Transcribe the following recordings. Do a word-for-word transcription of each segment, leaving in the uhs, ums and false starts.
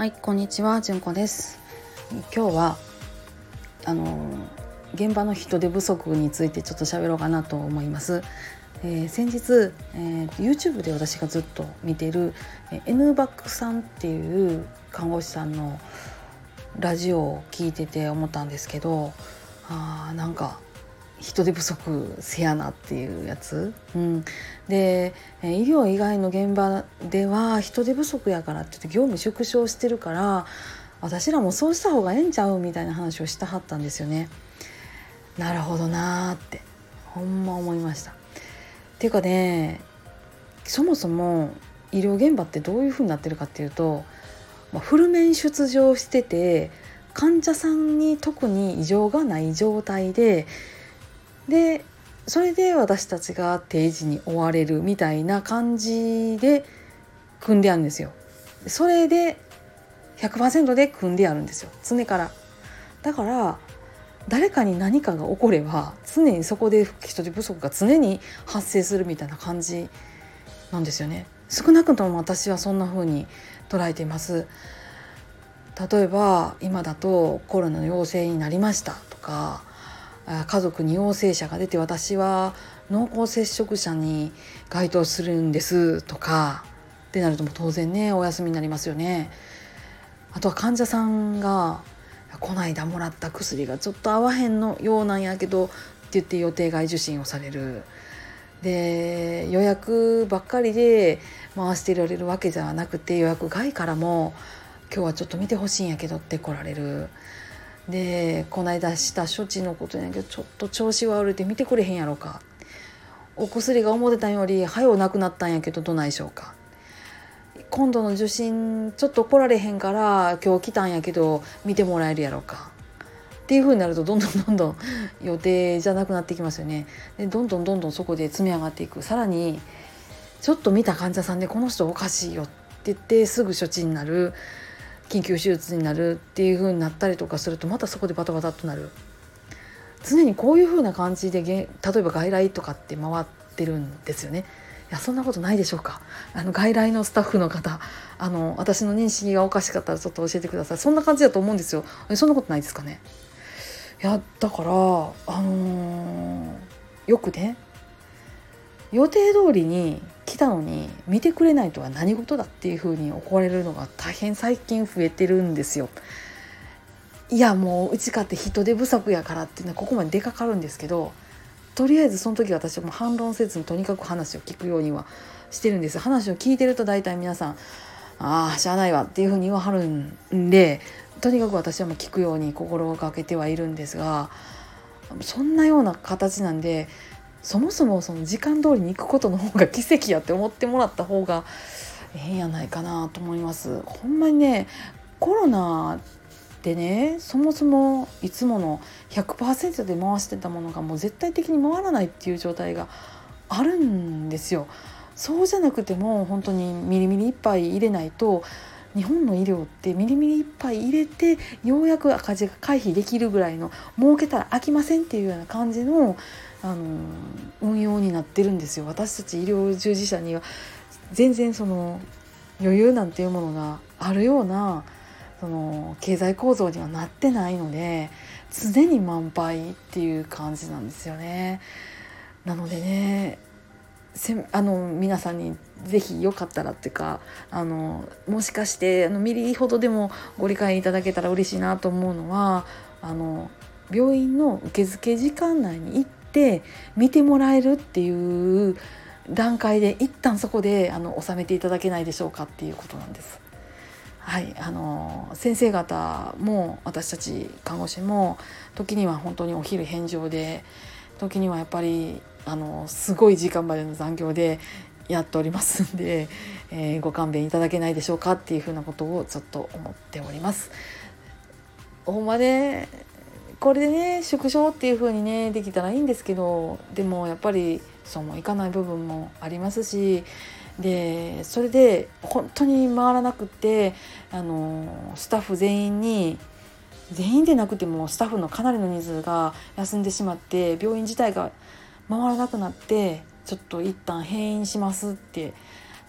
はい、こんにちは、じゅんこです。今日はあの現場の人手不足についてちょっと喋ろうかなと思います。えー、先日、えー、YouTube で私がずっと見ている、えー、N バックさんっていう看護師さんのラジオを聞いてて思ったんですけど、あーなんか人手不足せやなっていうやつ、うん、で医療以外の現場では人手不足やからって言って業務縮小してるから、私らもそうした方がええんちゃうみたいな話をしたはったんですよね。なるほどなーってほんま思いました。っていうかね、そもそも医療現場ってどういう風になってるかっていうと、まあ、フル面出場してて患者さんに特に異常がない状態ででそれで私たちが定時に追われるみたいな感じで組んであるんですよ。それで ひゃくパーセント で組んであるんですよ、常から。だから誰かに何かが起これば常にそこで人手不足が常に発生するみたいな感じなんですよね。少なくとも私はそんな風に捉えています。例えば今だとコロナの陽性になりましたとか、家族に陽性者が出て私は濃厚接触者に該当するんですとかってなるともう当然ねお休みになりますよね。あとは患者さんがこないだもらった薬がちょっと合わへんのようなんやけどって言って予定外受診をされる。で予約ばっかりで回してられるわけじゃなくて、予約外からも今日はちょっと見てほしいんやけどって来られる。でこないだした処置のことやけどちょっと調子悪いて見てくれへんやろか、お薬が思ってたより早うなくなったんやけどどないしょうか、今度の受診ちょっと来られへんから今日来たんやけど見てもらえるやろかっていう風になるとどんどんどんどん予定じゃなくなってきますよね。でどんどんどんどんそこで積み上がっていく。さらにちょっと見た患者さんでこの人おかしいよって言ってすぐ処置になる、緊急手術になるっていう風になったりとかするとまたそこでバタバタっとなる。常にこういう風な感じで例えば外来とかって回ってるんですよね。いやそんなことないでしょうか。あの外来のスタッフの方、あの私の認識がおかしかったらちょっと教えてください。そんな感じだと思うんですよ。そんなことないですかね。いやだからあのー、よくね予定通りに来たのに見てくれないとは何事だっていう風に怒られるのが大変最近増えてるんですよ。いやもううちかって人手不足やからっていうのはここまで出かかるんですけど、とりあえずその時私はもう反論せずにとにかく話を聞くようにはしてるんです。話を聞いてると大体皆さんああしゃあないわっていう風に言わはるんで、とにかく私はもう聞くように心がけてはいるんですが、そんなような形なんでそもそもその時間通りに行くことの方が奇跡やって思ってもらった方がええんやないかなと思います。ほんまにねコロナでね、そもそもいつもの ひゃくパーセント で回してたものがもう絶対的に回らないっていう状態があるんですよ。そうじゃなくても本当にミリミリいっぱい入れないと、日本の医療ってミリミリいっぱい入れてようやく赤字が回避できるぐらいの、儲けたら飽きませんっていうような感じの、あの運用になってるんですよ。私たち医療従事者には全然その余裕なんていうものがあるようなその経済構造にはなってないので、常に満杯っていう感じなんですよね。なのでね、せあの皆さんにぜひよかったらっていうか、あのもしかしてあのミリほどでもご理解いただけたら嬉しいなと思うのは、あの病院の受付時間内に行って見てもらえるっていう段階で一旦そこであの収めていただけないでしょうかっていうことなんです。はい、あの先生方も私たち看護師も時には本当にお昼返上で、時にはやっぱりあのすごい時間までの残業でやっておりますんで、えー、ご勘弁いただけないでしょうかっていうふうなことをちょっと思っております。ほんまねこれでね縮小っていう風にねできたらいいんですけど、でもやっぱりそうもいかない部分もありますし、でそれで本当に回らなくて、あのスタッフ全員に全員でなくてもスタッフのかなりの人数が休んでしまって病院自体が回らなくなって、ちょっと一旦閉院しますってなっ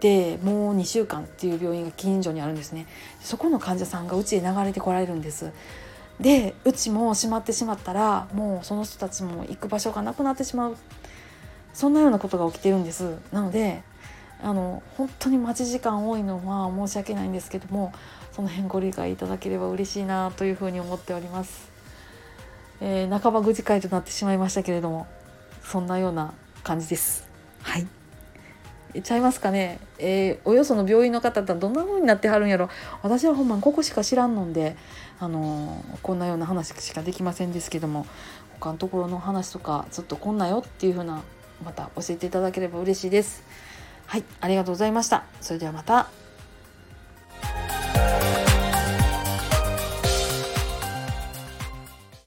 でもうにしゅうかんっていう病院が近所にあるんですね。そこの患者さんがうちへ流れてこられるんです。でうちも閉まってしまったらもうその人たちも行く場所がなくなってしまう、そんなようなことが起きてるんです。なのであの本当に待ち時間多いのは申し訳ないんですけども、その辺ご理解いただければ嬉しいなというふうに思っております。えー、半ば愚痴会となってしまいましたけれども、そんなような感じです。はい、ちゃいますかね。えー、およその病院の方ってどんな風になってはるんやろ。私はほんまここしか知らんので、あのー、こんなような話しかできませんですけども、他のところの話とかちょっとこんなよっていう風なまた教えていただければ嬉しいです。はい、ありがとうございました。それではまた。